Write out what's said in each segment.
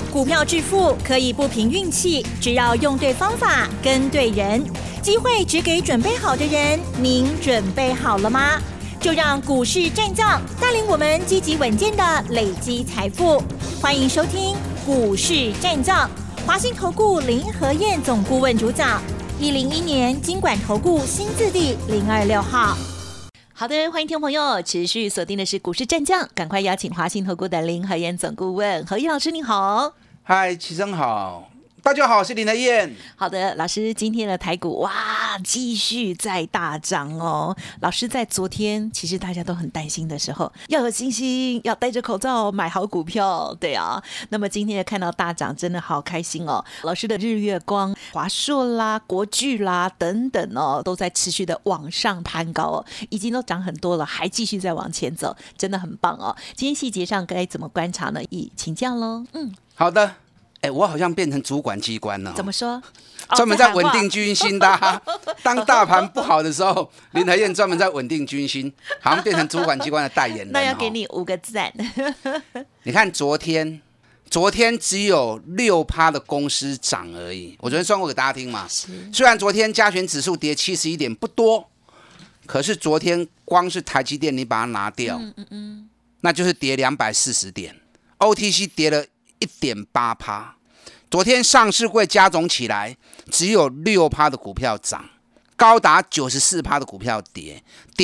股票致富可以不凭运气，只要用对方法、跟对人。机会只给准备好的人，您准备好了吗？就让股市战将带领我们积极稳健的累积财富。欢迎收听股市战将，华信投顾林和彥总顾问主讲，101年金管投顾新字第026号。好的，欢迎听众朋友持续锁定的是股市战将，赶快邀请华信投顾的林和彥总顾问，和彥老师您好。 嗨，齐生好，大家好，我是林和彥。 好的，老师，今天的台股哇，继续在大涨哦。老师在昨天，其实大家都很担心的时候，要有信心，要戴着口罩买好股票，对啊。那么今天看到大涨，真的好开心哦。老师的日月光、华硕啦、国巨啦等等哦，都在持续的往上攀高哦，已经都涨很多了，还继续在往前走，真的很棒哦。今天细节上该怎么观察呢？请教喽。 好的。我好像变成主管机关了。 怎么说？ 专门在稳定军心的当大盘不好的时候，林和彥专门在稳定军心，好像变成主管机关的代言人。 那要给你5个赞。 你看昨天只有6%的公司涨而已。我昨天算过给大家听嘛。虽然昨天加权指数跌71点不多，可是昨天光是台积电你把它拿掉，那就是跌240点 ，OTC 跌了1.8%。昨天上市柜加总起来，只有6%的股票涨，高达94%的股票跌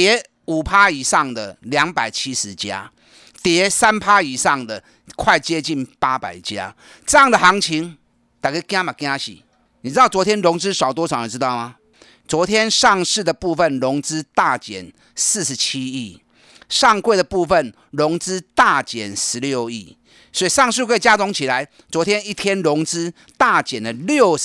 5%以上的270家，跌3%以上的快接近800家。这样的行情，大家惊嘛惊死！你知道昨天融资少多少？你知道吗？昨天上市的部分融资大减47亿，上柜的部分融资大减16亿。所以上市柜加总起来，昨天一天融资大减了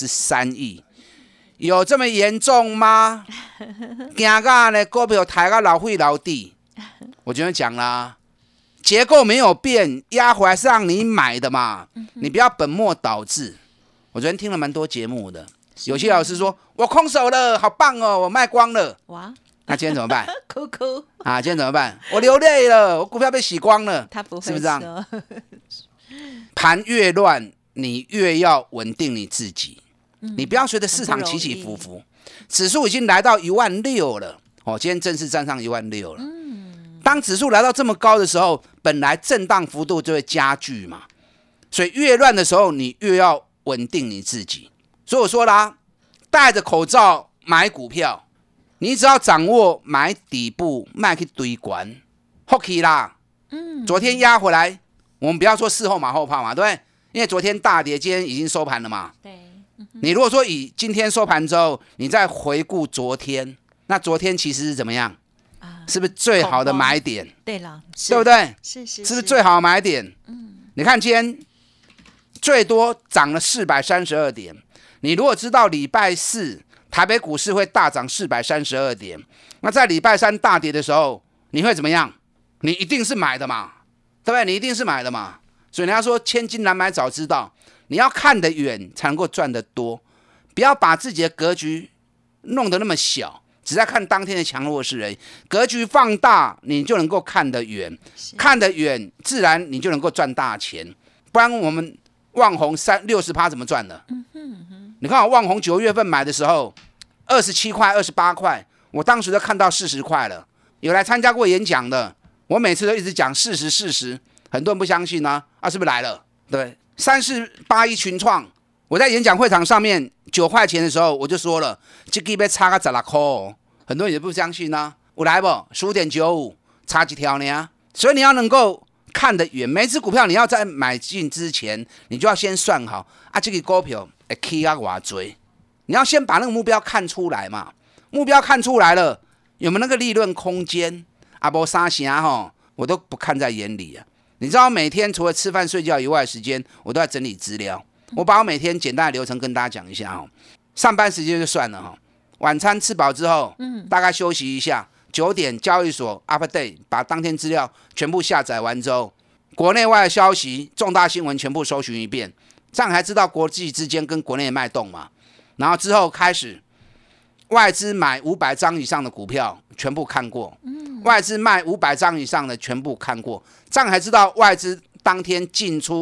63亿，有这么严重吗？惊到呢股票抬到老费老底，我就讲啦，结构没有变，压回来是让你买的嘛，你不要本末倒置。我昨天听了蛮多节目的，有些老师说我空手了，好棒哦，我卖光了，哇！那今天怎么办？ 哭哭啊！今天怎么办？我流泪了，我股票被洗光了。 他不会， 是不是这样？盘越乱，你越要稳定你自己。你不要随着市场起起伏伏。指数已经来到16000了，今天正式站上16000了。当指数来到这么高的时候，本来震荡幅度就会加剧嘛。所以越乱的时候，你越要稳定你自己。所以我说啦，戴着口罩买股票。你只要掌握买底部，卖去堆管 ，Hockey 啦。昨天压回来，我们不要说事后马后炮嘛，对不对？因为昨天大跌，今天已经收盘了嘛。对。你如果说以今天收盘之后，你再回顾昨天，那昨天其实是怎么样？是不是最好的买点？ 对了， 对不对？ 是不是最好的买点？你看今天最多涨了432点。你如果知道礼拜四台北股市会大涨432点，那在礼拜三大跌的时候，你会怎么样？你一定是买的嘛，对不对？你一定是买的嘛。所以人家说千金难买早知道，你要看得远才能够赚得多，不要把自己的格局弄得那么小，只在看当天的强弱势而已。格局放大，你就能够看得远，看得远，自然你就能够赚大钱。不然我们旺宏60%怎么赚的？你看我旺宏9月份买的时候，27块、28块，我当时就看到40块了。有来参加过演讲的，我每次都一直讲40，很多人不相信啊，是不是来了？对，3481群创，我在演讲会场上面9块钱的时候，我就说了，这个要差个16块哦，很多人也不相信啊，有来不？15.95，差几条呢？所以你要能够看得远，每只股票你要在买进之前，你就要先算好这个股票会起啊多少，你要先把那个目标看出来嘛。目标看出来了，有没有那个利润空间？没啥啥我都不看在眼里啊。你知道每天除了吃饭睡觉以外的时间，我都在整理资料。我把我每天简单的流程跟大家讲一下上班时间就算了晚餐吃饱之后，大概休息一下，9点交易所 update， 把当天资料全部下载完之后，国内外的消息、重大新闻全部搜寻一遍，这样才知道国际之间跟国内的脉动嘛。然后之后开始外资买500张以上的股票全部看过，外资卖500张以上的全部看过，这样才知道外资当天进出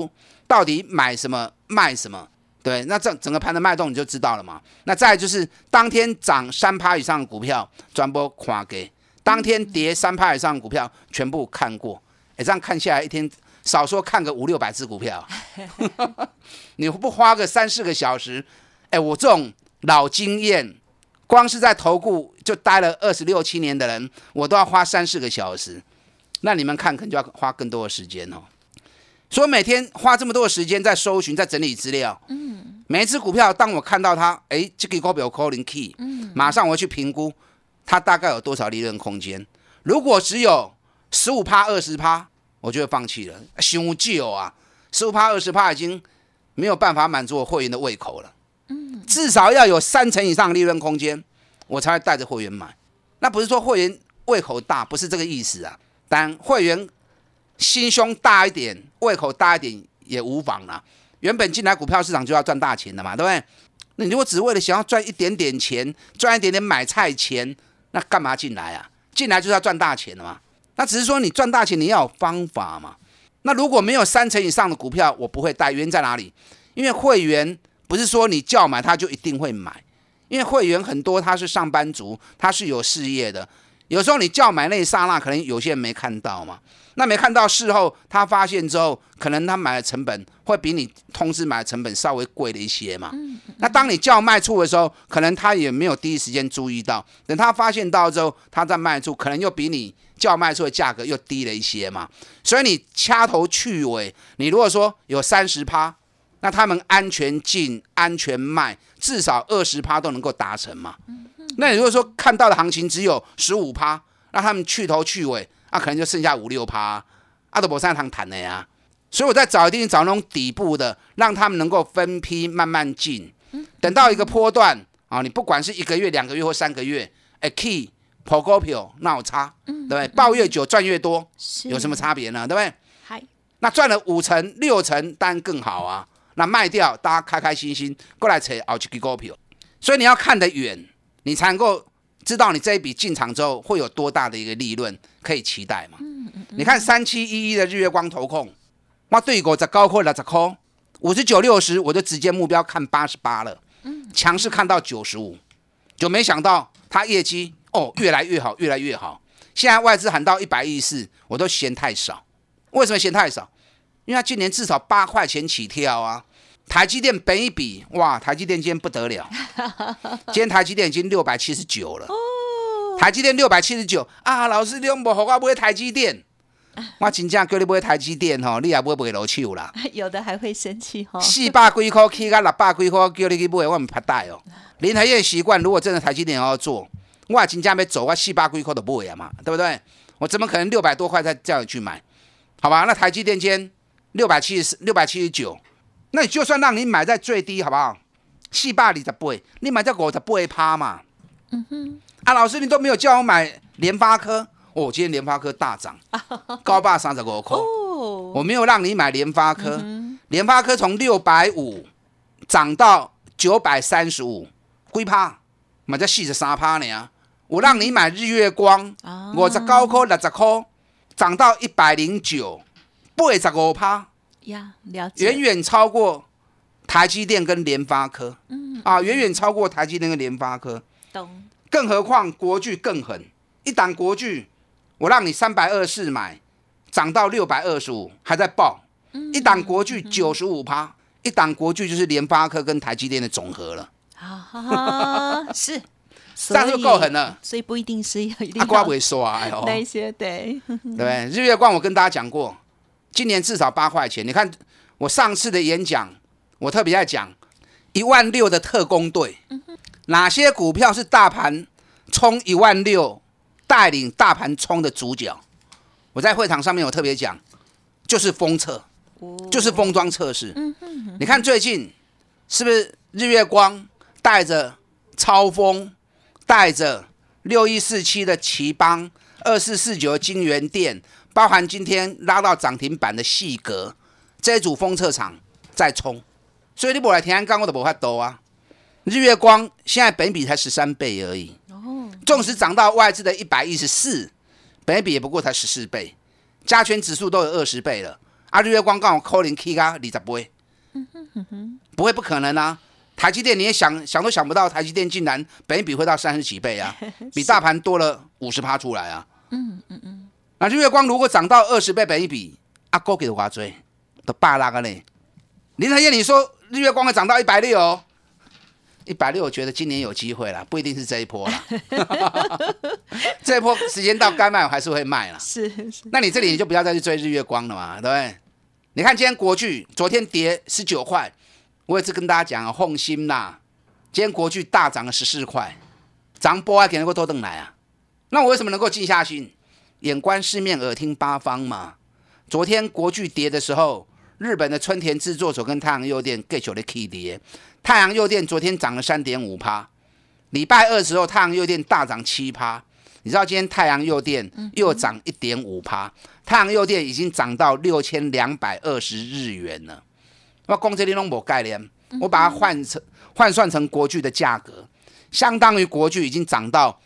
到底买什么卖什么，对，那整个盘的脉动你就知道了嘛。那再来就是当天涨3%以上的股票全部看给，当天跌3%以上的股票全部看过。这样看下来一天少说看个500-600只股票，你不花个3-4个小时，我这种老经验，光是在投顾就待了26-27年的人，我都要花3-4个小时。那你们看可能就要花更多的时间哦。所以每天花这么多的时间在搜寻、在整理资料，每一只股票，当我看到它，这个股票可能起，马上我会去评估它大概有多少利润空间。如果只有15%、20%，我就会放弃了，太少啊！15%、20%已经没有办法满足我会员的胃口了。至少要有30%以上的利润空间，我才会带着会员买。那不是说会员胃口大，不是这个意思啊。但会员心胸大一点，胃口大一点也无妨啦。原本进来股票市场就要赚大钱的嘛，对不对？那你如果只为了想要赚一点点钱，赚一点点买菜钱，那干嘛进来啊？进来就是要赚大钱的嘛。那只是说你赚大钱你要有方法嘛。那如果没有30%以上的股票，我不会带。原因在哪里？因为会员不是说你叫买他就一定会买，因为会员很多他是上班族，他是有事业的。有时候你叫买那一刹那，可能有些人没看到嘛。那没看到事后他发现之后，可能他买的成本会比你通知买的成本稍微贵了一些嘛。那当你叫卖出的时候，可能他也没有第一时间注意到，等他发现到之后，他再卖出，可能又比你叫卖出的价格又低了一些嘛。所以你掐头去尾，你如果说有30%，那他们安全进安全卖，至少20%都能够达成嘛。那你如果说看到的行情只有15%，那他们去头去尾，可能就剩下5-6%，都没啥通谈的呀。所以我在一定找那种底部的，让他们能够分批慢慢进，等到一个波段你不管是1个月、2个月或3个月，key 跑股票那有差，对不对？抱越久赚越多，有什么差别呢？对不对？那赚了5成、6成，当然更好啊。那卖掉，大家开开心心过来找后一支股票。所以你要看得远，你才能够知道你这一笔进场之后会有多大的一个利润可以期待嘛。你看3711的日月光投控，我对59块、60块、59、60，我就直接目标看88了，强势看到95，就没想到它业绩越来越好，越来越好。现在外资喊到114，我都嫌太少。为什么嫌太少？因为它今年至少8块钱起跳啊。台积电本一比，哇，台积电今天不得了，今天台积电已经679了。台积电679啊，老师你没给我买台积电，我真正叫你买台积电你也买不落手啦。 有的还会生气 400几块起到600几块，叫你去买，我唔拍带哦。林台业习惯，如果真的台积电要做，我真正要走，我400几块都不买嘛，对不对？我怎么可能600多块再叫你去买？好吧，那台积电今天679。那你就算让你买在最低，好不好？428，你买在58%嘛。老师你都没有叫我买联发科，今天联发科大涨，高35块。我没有让你买联发科，联发科从650涨到935，几趴？买在43%呢。我让你买日月光，59块、60块，涨到109，85%。 了解， 远远超过台积电跟联发科，远远超过台积电跟联发科。 懂。 更何况国巨更狠，一档国巨，我让你324买，涨到625，还在爆。一档国巨95%，一档国巨就是联发科跟台积电的总和了。 是， 这样就够狠了。 所以不一定是一定要不会刷那一些对对。日月光我跟大家讲过。今年至少8块钱。你看我上次的演讲，我特别在讲16000的特工队，哪些股票是大盘冲16000，带领大盘冲的主角？我在会场上面我特别讲，就是封测，就是封装测试。你看最近是不是日月光带着超锋，带着6147的奇邦，2449的晶圆店，包含今天拉到涨停板的细格，这一组封测厂在冲，所以你不来听讲我都没法度啊。日月光现在本比才13倍而已，纵使涨到外资的114，本比也不过才14倍，加权指数都有20倍了。 日月光刚好可能起到20倍，不会不可能啊。台积电你也想都想不到，台积电竟然本益比会到30几倍啊，比大盘多了50%出来啊。那日月光如果涨到20倍本益比，股给多少？都160个呢。林和燕，你说日月光会涨到160哦？160，我觉得今年有机会啦，不一定是这一波啦。这一波时间到该卖我还是会卖啦。 是。 那你这里你就不要再去追日月光了嘛，对不对？你看今天国巨昨天跌19块，我也是跟大家讲放心啦。今天国巨大涨了14块，涨波还给能够多等来啊。那我为什么能够静下心？眼观四面，耳听八方嘛。昨天国巨跌的时候，日本的春田制作所跟太阳诱电继续在起跌。太阳诱电昨天涨了 3.5%， 礼拜二的时候太阳诱电大涨 7%。 你知道今天太阳诱电又涨 1.5%， 太阳诱电已经涨到6220日元了。我讲这里都没概念，我把它换算成国巨的价格，相当于国巨已经涨到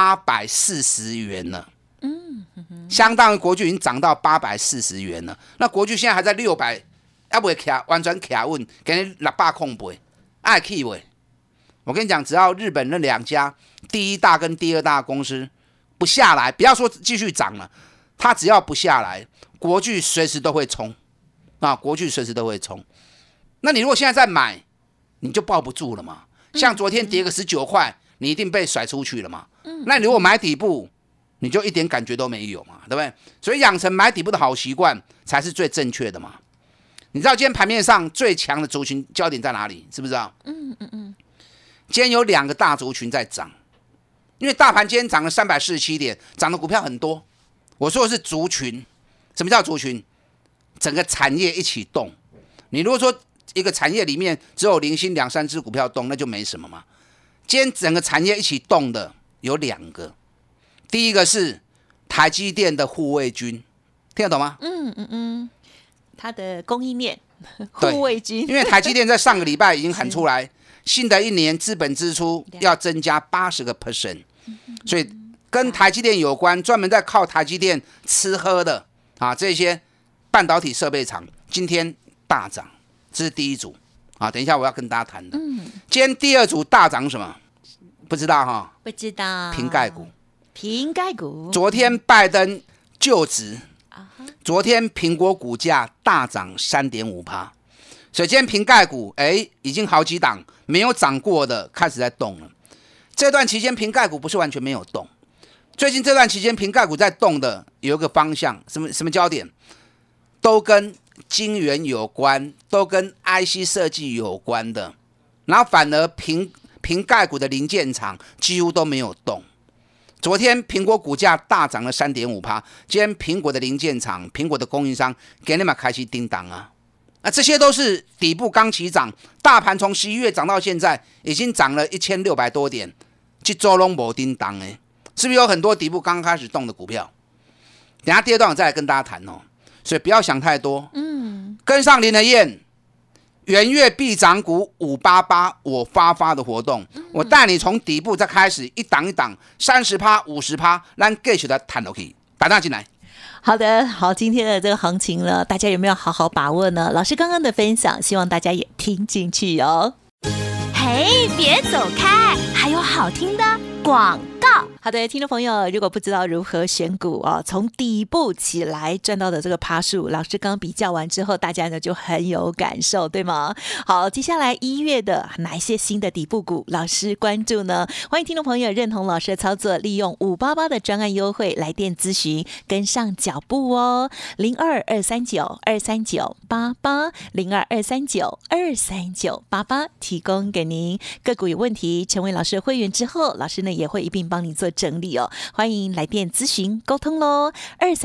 840元了。相当于国巨已经涨到840元了。那国巨现在还在600，还没完全卡稳，给你600空杯，爱去喂。我跟你讲，只要日本那2家第一大跟第二大的公司不下来，不要说继续涨了，它只要不下来，国巨随时都会冲啊！国巨随时都会冲。那你如果现在再买，你就抱不住了嘛。像昨天跌个19块，你一定被甩出去了嘛。那你如果买底部，你就一点感觉都没有嘛，对不对？所以养成买底部的好习惯才是最正确的嘛。你知道今天盘面上最强的族群焦点在哪里？知不知道？今天有2个大族群在涨，因为大盘今天涨了347点，涨的股票很多。我说的是族群，什么叫族群？整个产业一起动。你如果说一个产业里面只有零星2、3只股票动，那就没什么嘛。今天整个产业一起动的有2个。第一个是台积电的护卫军，听得懂吗？ 它的供应链护卫军， 因为台积电在上个礼拜已经喊出来，新的一年资本支出要增加80%，所以跟台积电有关，专门在靠台积电吃喝的啊这些半导体设备厂，今天大涨，这是第一组啊。等一下我要跟大家谈的。今天第二组大涨什么？不知道哈？ 不知道。 瓶盖股。 瓶盖股。 昨天拜登就职，昨天苹果股价大涨 3.5%， 所以今天瓶盖股已经好几档没有涨过的开始在动了。这段期间瓶盖股不是完全没有动，最近这段期间瓶盖股在动的有一个方向，什么焦点？都跟晶圆有关，都跟 IC 设计有关的，然后反而瓶盖股的零件厂几乎都没有动。昨天苹果股价大涨了 3.5%， 今天苹果的零件厂、苹果的供应商给你们开始叮当啊！这些都是底部刚起涨，大盘从11月涨到现在，已经涨了1600多点，这周都没叮当哎，是不是有很多底部刚开始动的股票？等一下第二段我再来跟大家谈哦，所以不要想太多，跟上林和燕元月必涨股588我发的活动，我带你从底部再开始一档一档 30%、50%， 咱继续的谈下去，打电话进来。 好的，好，今天的这个行情呢，大家有没有好好把握呢？老师刚刚的分享，希望大家也听进去哦。 嘿，别走开，还有好听的广告。 好的，听众朋友，如果不知道如何选股哦，从底部起来赚到的这个趴数，老师刚比较完之后，大家呢就很有感受，对吗？好，接下来1月的哪一些新的底部股，老师关注呢？欢迎听众朋友认同老师的操作，利用588的专案优惠来电咨询，跟上脚步哦。02-239-23988，02-239-23988，提供给您。个股有问题，成为老师的会员之后，老师呢也会一并帮你做整理哦。欢迎来电咨询沟通咯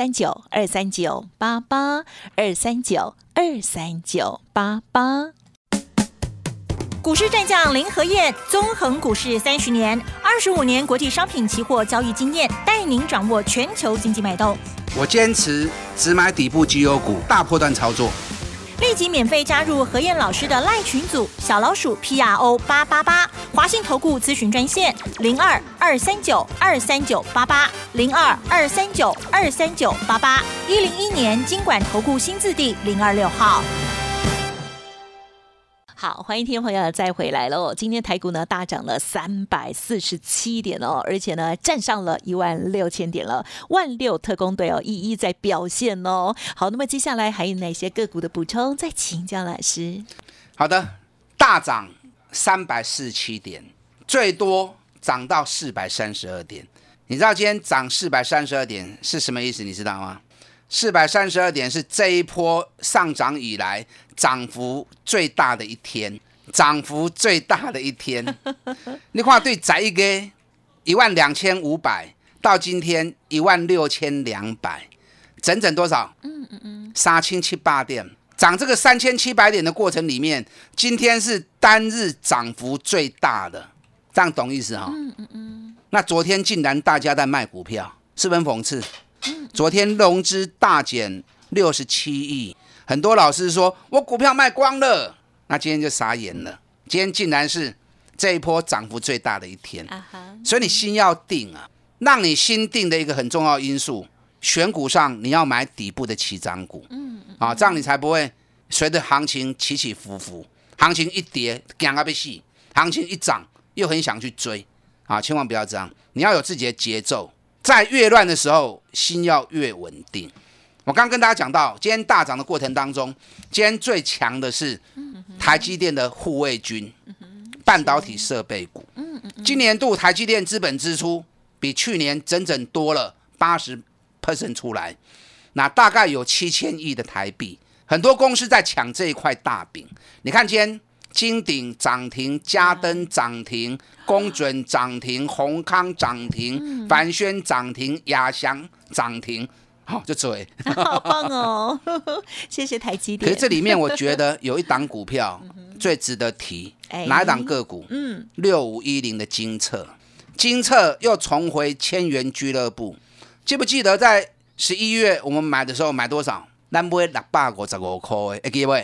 ，239-239-88，239-239-88。 股市战将林和燕，纵横股市30年，25年国际商品期货交易经验，带您掌握全球经济脉动。 我坚持只买底部绩优股，大波段操作。 立即免费加入何燕老师的LINE群组小老鼠 PRO888，华信投顾咨询专线02-239-23988，02-239-23988，101年金管投顾新字第026号。 好，欢迎听众朋友再回来喽。今天台股呢大涨了347点哦，而且呢站上了16000点了，万六特攻队哦一一在表现哦。好，那么接下来还有哪些个股的补充？再请教老师。 好的，大涨347点，最多涨到432点。你知道今天涨432点是什么意思？你知道吗？432点是这一波上涨以来涨幅最大的一天，涨幅最大的一天。你看对在一个12500到今天16200，整整多少？3700点。涨这个3700点的过程里面，今天是单日涨幅最大的，这样懂意思哈？那昨天竟然大家在卖股票，是不是很讽刺？昨天融资大减67亿，很多老师说我股票卖光了，那今天就傻眼了。今天竟然是这一波涨幅最大的一天，所以你心要定啊，让你心定的一个很重要的因素，选股上你要买底部的起涨股，这样你才不会随着行情起起伏伏，行情一跌惊到要死，行情一涨又很想去追千万不要这样，你要有自己的节奏。在越乱的时候，心要越稳定。我刚刚跟大家讲到，今天大涨的过程当中，今天最强的是台积电的护卫军，半导体设备股。今年度台积电资本支出比去年整整多了80% 出来，那大概有7000亿的台币。很多公司在抢这一块大饼。你看今天金鼎涨停，嘉登涨停，公准涨停，宏康涨停，凡轩涨停，亚翔涨停，就嘴好棒哦，谢谢台积电。 可是这里面我觉得有一档股票最值得提，哪一档个股？6510的精测，精测又重回千元俱乐部。记不记得在11月我们买的时候买多少？咱买655块的，记不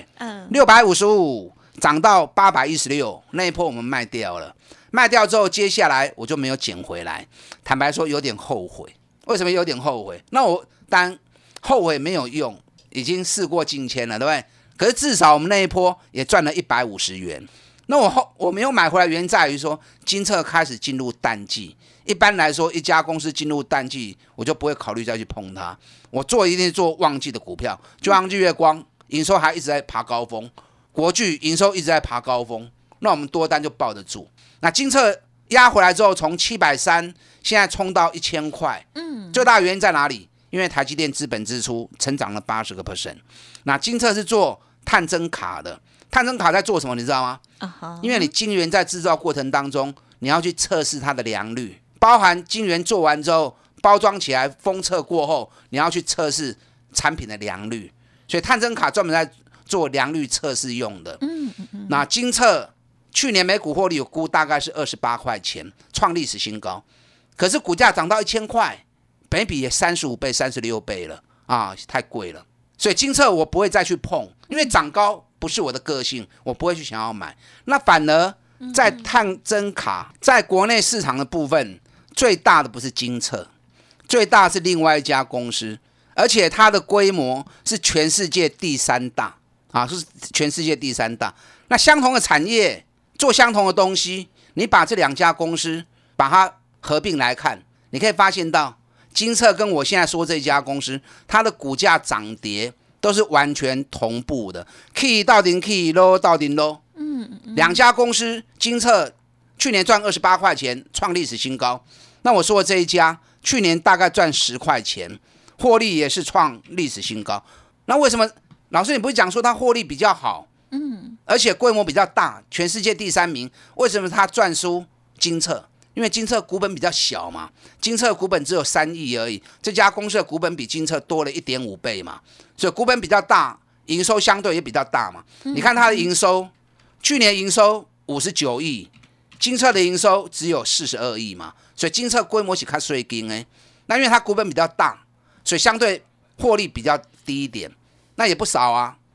？655涨到816，那一波我们卖掉了。卖掉之后，接下来我就没有捡回来。坦白说，有点后悔。为什么有点后悔？那我当然后悔没有用，已经事过境迁了，对不对？可是至少我们那一波也赚了150元。那我没有买回来，原因在于说，精测开始进入淡季。一般来说，一家公司进入淡季，我就不会考虑再去碰它。我做一定是做旺季的股票，就像日月光营收还一直在爬高峰，国巨营收一直在爬高峰，那我们多单就抱得住。那精测压回来之后，从730现在冲到1000块，最大的原因在哪里？因为台积电资本支出成长了80%。那精测是做探针卡的，探针卡在做什么？你知道吗？因为你晶圆在制造过程当中，你要去测试它的良率，包含晶圆做完之后，包装起来封测过后，你要去测试产品的良率，所以探针卡专门在做良率测试用的。那精测去年每股获利有估大概是28块钱，创历史新高。可是股价涨到1000块，本益比也35倍、36倍了太贵了。所以精测我不会再去碰，因为涨高不是我的个性，我不会去想要买。那反而在探针卡在国内市场的部分，最大的不是精测，最大是另外一家公司，而且它的规模是全世界第3大是全世界第3大。那相同的产业做相同的东西，你把这2家公司把它合并来看，你可以发现到精测跟我现在说这家公司，它的股价涨跌都是完全同步的，起到顶起，low到顶 low。2家公司，精测去年赚28块钱，创历史新高。那我说的这一家，去年大概赚10块钱，获利也是创历史新高。那为什么老师你不是讲说它获利比较好？而且规模比较大，全世界第3名，为什么它赚输精测？因为精测股本比较小嘛，精测股本只有3亿而已，这家公司的股本比精测多了 1.5 倍嘛，所以股本比较大，营收相对也比较大嘛。你看它的营收，去年营收59亿，精测的营收只有42亿嘛，所以精测规模是较小间的。那因为它股本比较大，所以相对获利比较低一点，那也不少啊。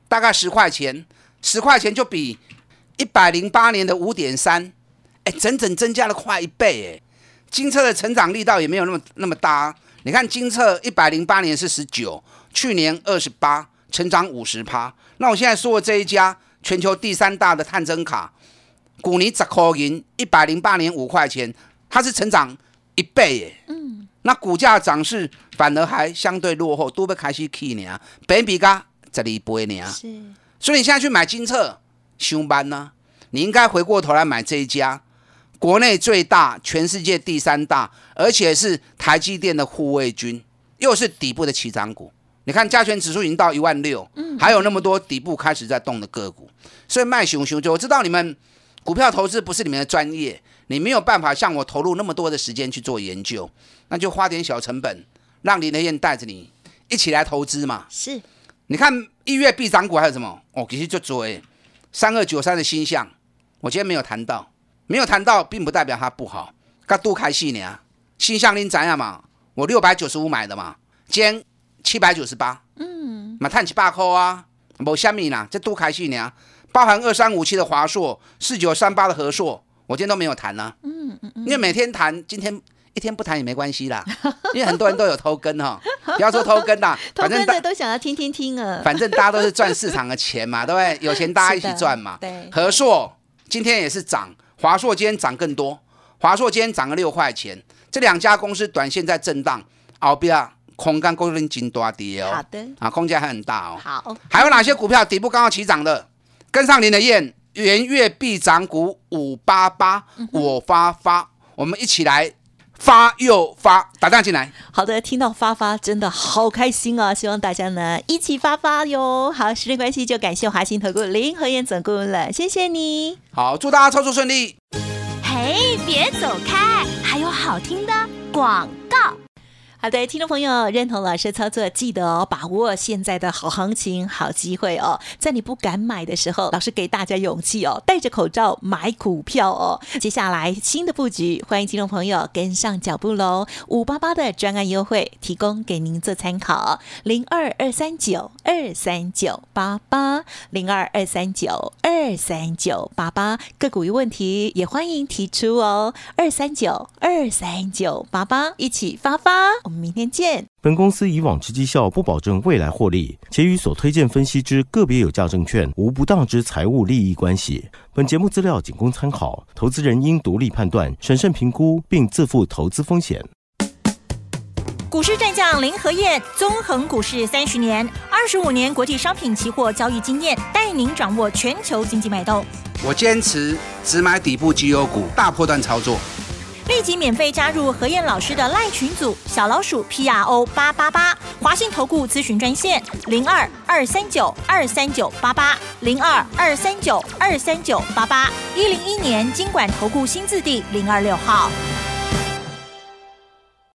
大概10块钱，10块钱就比108年的 5.3， 整整增加了快1倍。金策的成长力道也没有那么大。你看金策108年是19，去年28，成长50%。那我现在说的这一家全球第3大的探针卡，股尼10块银，108年5块钱，它是成长1倍耶。那股价涨势反而还相对落后，都要开始起呢，本比噶12倍呢。所以你现在去买金策，伤慢呢。你应该回过头来买这一家，国内最大，全世界第3大，而且是台积电的护卫军，又是底部的起涨股。你看加权指数已经到16000，还有那么多底部开始在动的个股，所以卖熊熊就我知道你们股票投资不是你们的专业，你没有办法像我投入那么多的时间去做研究，那就花点小成本，让林德燕带着你一起来投资嘛。 是， 你看1月必涨股还有什么？其实就做3293的星象，我今天没有谈到，并不代表它不好，刚都开戏呢。星象您知道嘛？我695买的嘛，今天798，嘛赚700块啊，没什么啦，这都开戏呢。包含2357的华硕，4938的和硕，我今天都没有谈啊。因为每天谈，今天一天不谈也没关系啦，因为很多人都有偷跟哈，不要说偷跟啦， 偷跟的都想要听啊。 反正大家都是赚市场的钱嘛，对不对？有钱大家一起赚嘛。 对。 和硕今天也是涨，华硕今天涨更多，华硕今天涨了6块钱。这2家公司短线在震荡，后边空间够真大跌哦。 好的。 空间还很大哦。 好。 还有哪些股票底部刚好起涨的？跟上林德燕，元月必涨股588，我发，我们一起来发又发，打电进来。 好的，听到发真的好开心啊！希望大家呢一起发哟。好，时间关系就感谢华信投顾林和彥总顾问了，谢谢你。 好，祝大家操作顺利。 嘿，别走开，还有好听的广告。 好的，听众朋友，认同老师的操作，记得哦，把握现在的好行情、好机会哦。在你不敢买的时候，老师给大家勇气哦，戴着口罩买股票哦。接下来新的布局，欢迎听众朋友跟上脚步喽。588的专案优惠提供给您做参考，0223923988022392388，个股有问题也欢迎提出哦，2392398，一起发。我们明天见。 本公司以往之绩效不保证未来获利，且与所推荐分析之个别有价证券无不当之财务利益关系。本节目资料仅供参考，投资人应独立判断、审慎评估，并自负投资风险。 股市战将林和彥，纵横股市30年，25年国际商品期货交易经验，带您掌握全球经济脉动。 我坚持只买底部绩优股，大波段操作。 立即免费加入和彥老师的赖群组，小老鼠 PRO888，华信投顾咨询专线02-239-23988，02-239-23988，101年金管投顾新字第026号。